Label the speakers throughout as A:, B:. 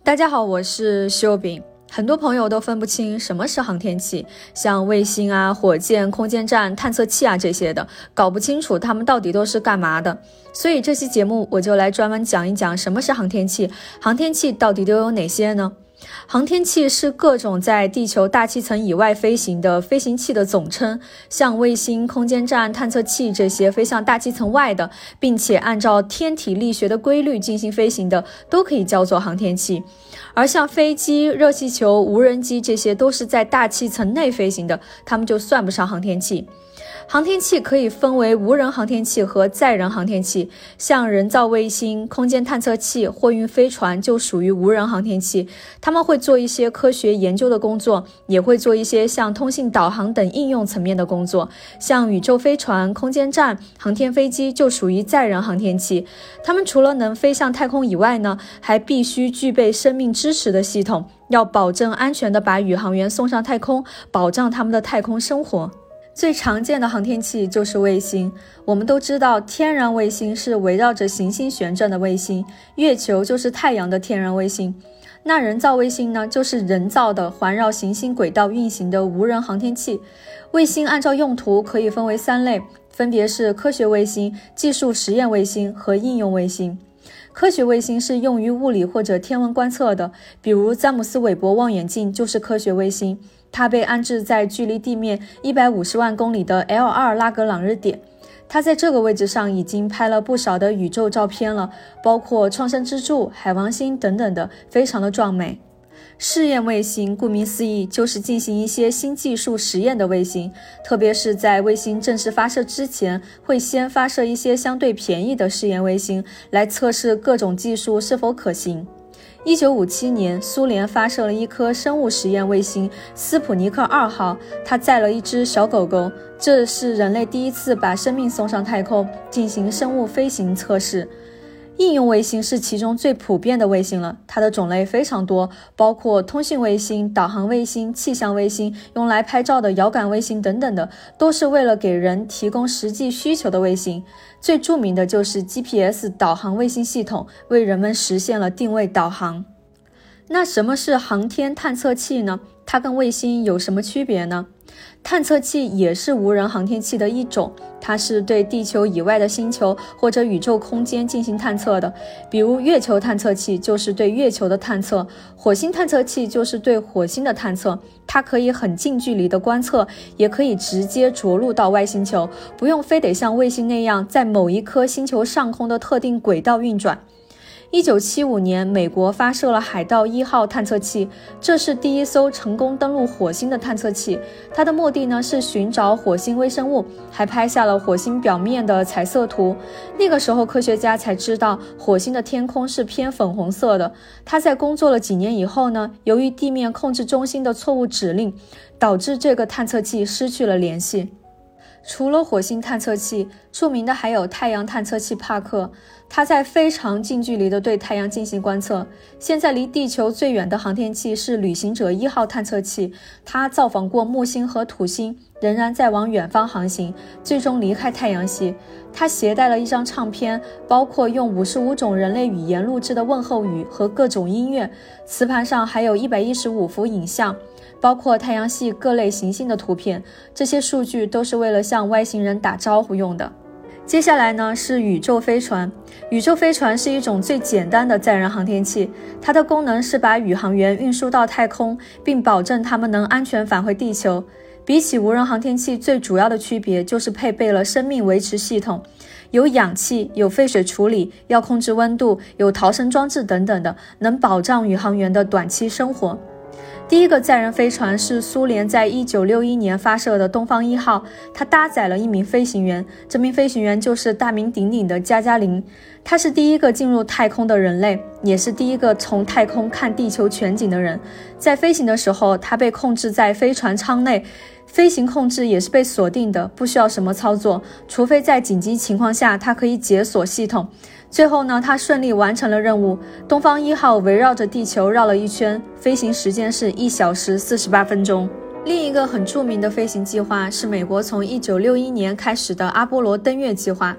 A: 大家好，我是修饼。很多朋友都分不清什么是航天器，像卫星啊、火箭、空间站、探测器啊这些的，搞不清楚它们到底都是干嘛的。所以这期节目我就来专门讲一讲什么是航天器，航天器到底都有哪些呢？航天器是各种在地球大气层以外飞行的飞行器的总称，像卫星、空间站、探测器这些飞向大气层外的，并且按照天体力学的规律进行飞行的，都可以叫做航天器。而像飞机、热气球、无人机这些都是在大气层内飞行的，它们就算不上航天器。航天器可以分为无人航天器和载人航天器，像人造卫星、空间探测器、货运飞船就属于无人航天器，他们会做一些科学研究的工作，也会做一些像通信导航等应用层面的工作。像宇宙飞船、空间站、航天飞机就属于载人航天器，他们除了能飞向太空以外呢，还必须具备生命支持的系统，要保证安全地把宇航员送上太空，保障他们的太空生活。最常见的航天器就是卫星。我们都知道，天然卫星是围绕着行星旋转的卫星，月球就是太阳的天然卫星。那人造卫星呢，就是人造的环绕行星轨道运行的无人航天器。卫星按照用途可以分为3类，分别是科学卫星、技术实验卫星和应用卫星。科学卫星是用于物理或者天文观测的，比如詹姆斯韦伯望远镜就是科学卫星，它被安置在距离地面150万公里的 L2 拉格朗日点。它在这个位置上已经拍了不少的宇宙照片了，包括创生之柱、海王星等等的，非常的壮美。试验卫星顾名思义就是进行一些新技术实验的卫星，特别是在卫星正式发射之前，会先发射一些相对便宜的试验卫星，来测试各种技术是否可行。1957年，苏联发射了一颗生物实验卫星斯普尼克2号，它载了一只小狗狗，这是人类第一次把生命送上太空，进行生物飞行测试。应用卫星是其中最普遍的卫星了，它的种类非常多，包括通信卫星、导航卫星、气象卫星、用来拍照的遥感卫星等等的，都是为了给人提供实际需求的卫星。最著名的就是 GPS 导航卫星系统，为人们实现了定位导航。那什么是航天探测器呢？它跟卫星有什么区别呢？探测器也是无人航天器的一种，它是对地球以外的星球或者宇宙空间进行探测的，比如月球探测器就是对月球的探测，火星探测器就是对火星的探测，它可以很近距离的观测，也可以直接着陆到外星球，不用非得像卫星那样在某一颗星球上空的特定轨道运转。1975年，美国发射了海盗1号探测器，这是第一艘成功登陆火星的探测器。它的目的呢是寻找火星微生物，还拍下了火星表面的彩色图。那个时候科学家才知道火星的天空是偏粉红色的。它在工作了几年以后呢，由于地面控制中心的错误指令，导致这个探测器失去了联系。除了火星探测器，著名的还有太阳探测器帕克，它在非常近距离的对太阳进行观测。现在离地球最远的航天器是旅行者1号探测器，它造访过木星和土星，仍然在往远方航行，最终离开太阳系。它携带了一张唱片，包括用55种人类语言录制的问候语和各种音乐，磁盘上还有115幅影像，包括太阳系各类行星的图片，这些数据都是为了向外星人打招呼用的。接下来呢是宇宙飞船。宇宙飞船是一种最简单的载人航天器，它的功能是把宇航员运输到太空，并保证他们能安全返回地球。比起无人航天器，最主要的区别就是配备了生命维持系统，有氧气，有废水处理，要控制温度，有逃生装置等等的，能保障宇航员的短期生活。第一个载人飞船是苏联在1961年发射的东方1号，它搭载了一名飞行员，这名飞行员就是大名鼎鼎的加加林。他是第一个进入太空的人类，也是第一个从太空看地球全景的人。在飞行的时候，他被控制在飞船舱内，飞行控制也是被锁定的，不需要什么操作，除非在紧急情况下，它可以解锁系统。最后呢，他顺利完成了任务。东方1号围绕着地球绕了一圈，飞行时间是1小时48分钟。另一个很著名的飞行计划是美国从1961年开始的阿波罗登月计划。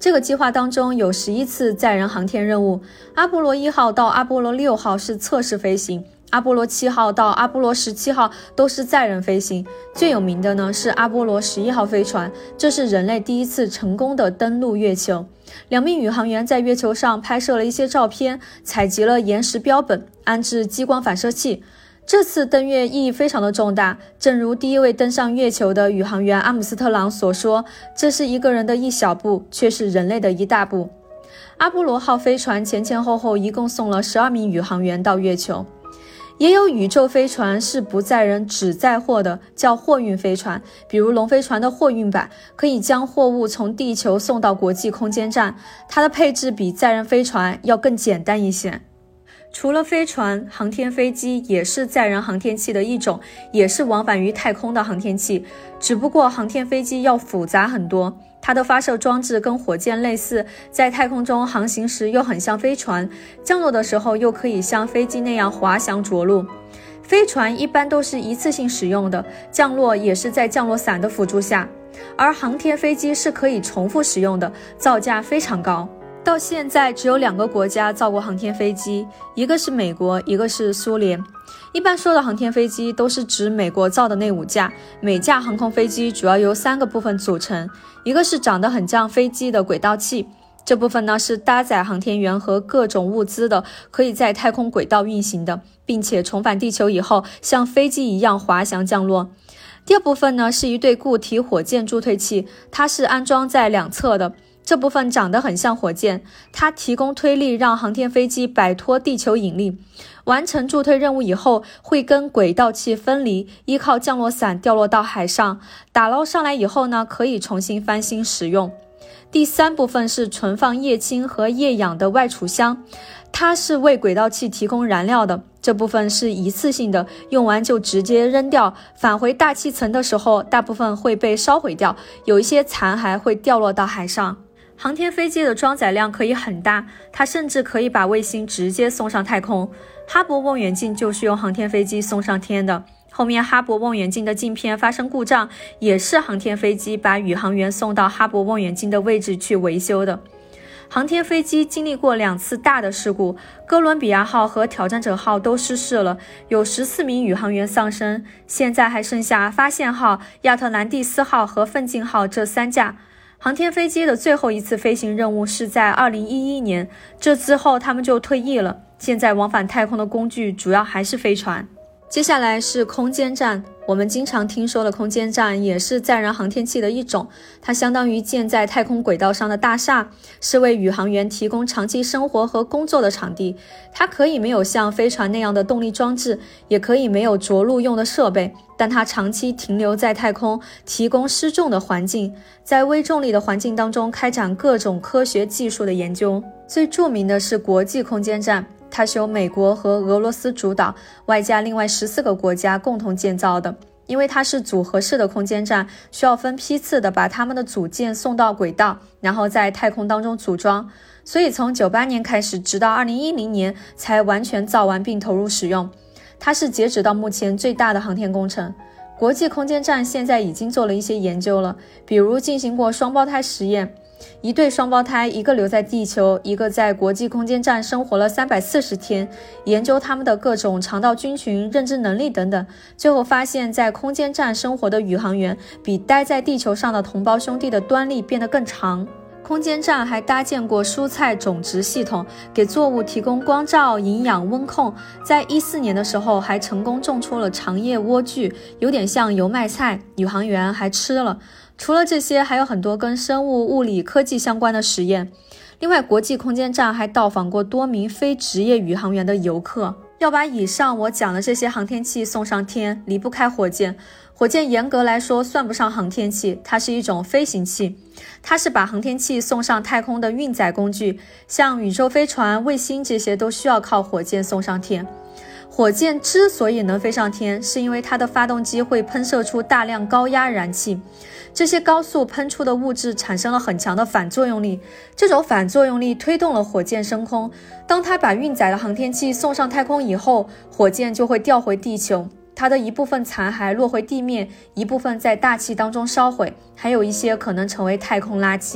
A: 这个计划当中有11次载人航天任务，阿波罗1号到阿波罗6号是测试飞行，阿波罗7号到阿波罗17号都是载人飞行，最有名的呢是阿波罗11号飞船，这是人类第一次成功的登陆月球。2名宇航员在月球上拍摄了一些照片，采集了岩石标本，安置激光反射器。这次登月意义非常的重大，正如第一位登上月球的宇航员阿姆斯特朗所说，这是一个人的一小步，却是人类的一大步。阿波罗号飞船前后一共送了12名宇航员到月球。也有宇宙飞船是不载人只载货的，叫货运飞船，比如龙飞船的货运版，可以将货物从地球送到国际空间站，它的配置比载人飞船要更简单一些。除了飞船，航天飞机也是载人航天器的一种，也是往返于太空的航天器，只不过航天飞机要复杂很多，它的发射装置跟火箭类似，在太空中航行时又很像飞船，降落的时候又可以像飞机那样滑翔着陆。飞船一般都是一次性使用的，降落也是在降落伞的辅助下，而航天飞机是可以重复使用的，造价非常高。到现在只有2个国家造过航天飞机，一个是美国，一个是苏联。一般说的航天飞机都是指美国造的那5架，每架航空飞机主要由3个部分组成，一个是长得很像飞机的轨道器，这部分呢是搭载航天员和各种物资的，可以在太空轨道运行的，并且重返地球以后像飞机一样滑翔降落。第二部分呢是一对固体火箭助推器，它是安装在2侧的，这部分长得很像火箭，它提供推力让航天飞机摆脱地球引力，完成助推任务以后会跟轨道器分离，依靠降落伞掉落到海上，打捞上来以后呢可以重新翻新使用。第3部分是存放液氢和液氧的外储箱，它是为轨道器提供燃料的，这部分是一次性的，用完就直接扔掉，返回大气层的时候大部分会被烧毁掉，有一些残骸会掉落到海上。航天飞机的装载量可以很大，它甚至可以把卫星直接送上太空。哈勃望远镜就是用航天飞机送上天的，后面哈勃望远镜的镜片发生故障，也是航天飞机把宇航员送到哈勃望远镜的位置去维修的。航天飞机经历过2次大的事故，哥伦比亚号和挑战者号都失事了，有14名宇航员丧生，现在还剩下发现号、亚特兰蒂斯号和奋进号这3架。航天飞机的最后一次飞行任务是在2011年，这之后他们就退役了，现在往返太空的工具主要还是飞船。接下来是空间站，我们经常听说的空间站也是载人航天器的一种，它相当于建在太空轨道上的大厦，是为宇航员提供长期生活和工作的场地。它可以没有像飞船那样的动力装置，也可以没有着陆用的设备，但它长期停留在太空，提供失重的环境，在微重力的环境当中开展各种科学技术的研究。最著名的是国际空间站，它是由美国和俄罗斯主导，外加另外14个国家共同建造的。因为它是组合式的空间站，需要分批次的把它们的组件送到轨道，然后在太空当中组装，所以从98年开始，直到2010年才完全造完并投入使用。它是截止到目前最大的航天工程。国际空间站现在已经做了一些研究了，比如进行过双胞胎实验，一对双胞胎，一个留在地球，一个在国际空间站生活了340天，研究他们的各种肠道菌群、认知能力等等，最后发现在空间站生活的宇航员比待在地球上的同胞兄弟的端粒变得更长。空间站还搭建过蔬菜种植系统，给作物提供光照、营养、温控。在14年的时候还成功种出了长叶莴苣，有点像油麦菜，宇航员还吃了。除了这些，还有很多跟生物、物理、科技相关的实验。另外，国际空间站还到访过多名非职业宇航员的游客。要把以上我讲的这些航天器送上天，离不开火箭。火箭严格来说算不上航天器，它是一种飞行器，它是把航天器送上太空的运载工具，像宇宙飞船、卫星这些都需要靠火箭送上天。火箭之所以能飞上天，是因为它的发动机会喷射出大量高压燃气，这些高速喷出的物质产生了很强的反作用力，这种反作用力推动了火箭升空。当它把运载的航天器送上太空以后，火箭就会掉回地球，它的一部分残骸落回地面，一部分在大气当中烧毁，还有一些可能成为太空垃圾。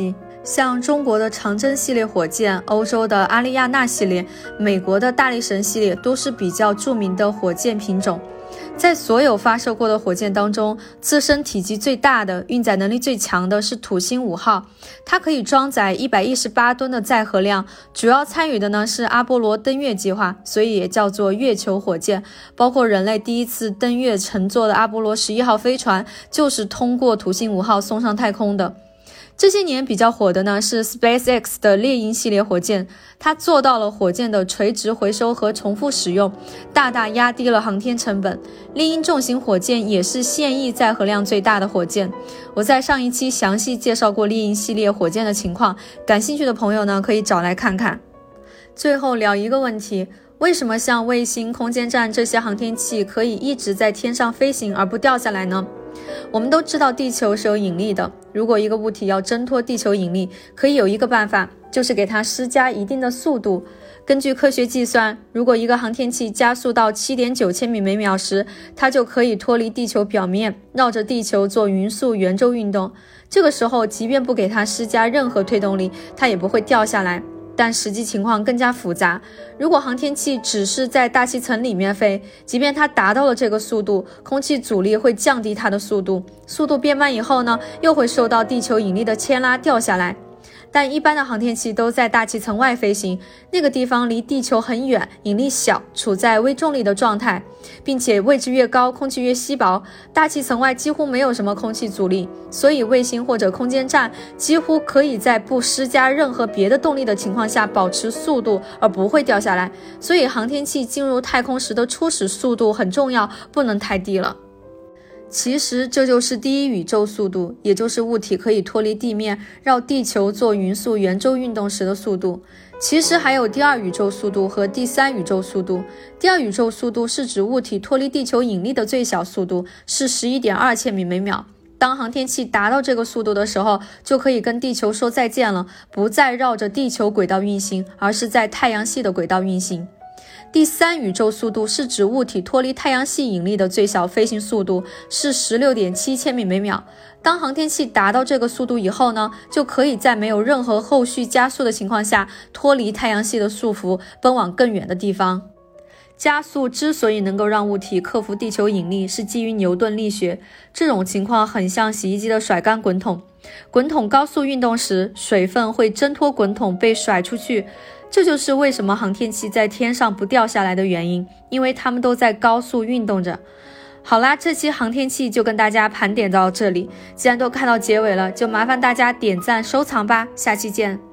A: 像中国的长征系列火箭、欧洲的阿利亚纳系列、美国的大力神系列都是比较著名的火箭品种。在所有发射过的火箭当中，自身体积最大的、运载能力最强的是土星5号，它可以装载118吨的载荷量，主要参与的呢是阿波罗登月计划，所以也叫做月球火箭。包括人类第一次登月乘坐的阿波罗11号飞船，就是通过土星5号送上太空的。这些年比较火的呢是 SpaceX 的猎鹰系列火箭，它做到了火箭的垂直回收和重复使用，大大压低了航天成本。猎鹰重型火箭也是现役载荷量最大的火箭。我在上一期详细介绍过猎鹰系列火箭的情况，感兴趣的朋友呢可以找来看看。最后聊一个问题，为什么像卫星、空间站这些航天器可以一直在天上飞行而不掉下来呢？我们都知道地球是有引力的，如果一个物体要挣脱地球引力，可以有一个办法，就是给它施加一定的速度。根据科学计算，如果一个航天器加速到 7.9 千米每秒时，它就可以脱离地球表面，绕着地球做匀速圆周运动。这个时候，即便不给它施加任何推动力，它也不会掉下来。但实际情况更加复杂，如果航天器只是在大气层里面飞，即便它达到了这个速度，空气阻力会降低它的速度，速度变慢以后呢，又会受到地球引力的牵拉掉下来。但一般的航天器都在大气层外飞行，那个地方离地球很远，引力小，处在微重力的状态，并且位置越高，空气越稀薄，大气层外几乎没有什么空气阻力，所以卫星或者空间站几乎可以在不施加任何别的动力的情况下保持速度，而不会掉下来。所以航天器进入太空时的初始速度很重要，不能太低了。其实这就是第一宇宙速度，也就是物体可以脱离地面绕地球做匀速圆周运动时的速度。其实还有第二宇宙速度和第三宇宙速度。第二宇宙速度是指物体脱离地球引力的最小速度，是 11.2 千米每秒。当航天器达到这个速度的时候，就可以跟地球说再见了，不再绕着地球轨道运行，而是在太阳系的轨道运行。第三宇宙速度是指物体脱离太阳系引力的最小飞行速度，是 16.7 千米每秒。当航天器达到这个速度以后呢，就可以在没有任何后续加速的情况下脱离太阳系的束缚，奔往更远的地方。加速之所以能够让物体克服地球引力，是基于牛顿力学。这种情况很像洗衣机的甩干滚筒，滚筒高速运动时，水分会挣脱滚筒被甩出去。这就是为什么航天器在天上不掉下来的原因，因为它们都在高速运动着。好啦，这期航天器就跟大家盘点到这里，既然都看到结尾了，就麻烦大家点赞收藏吧，下期见。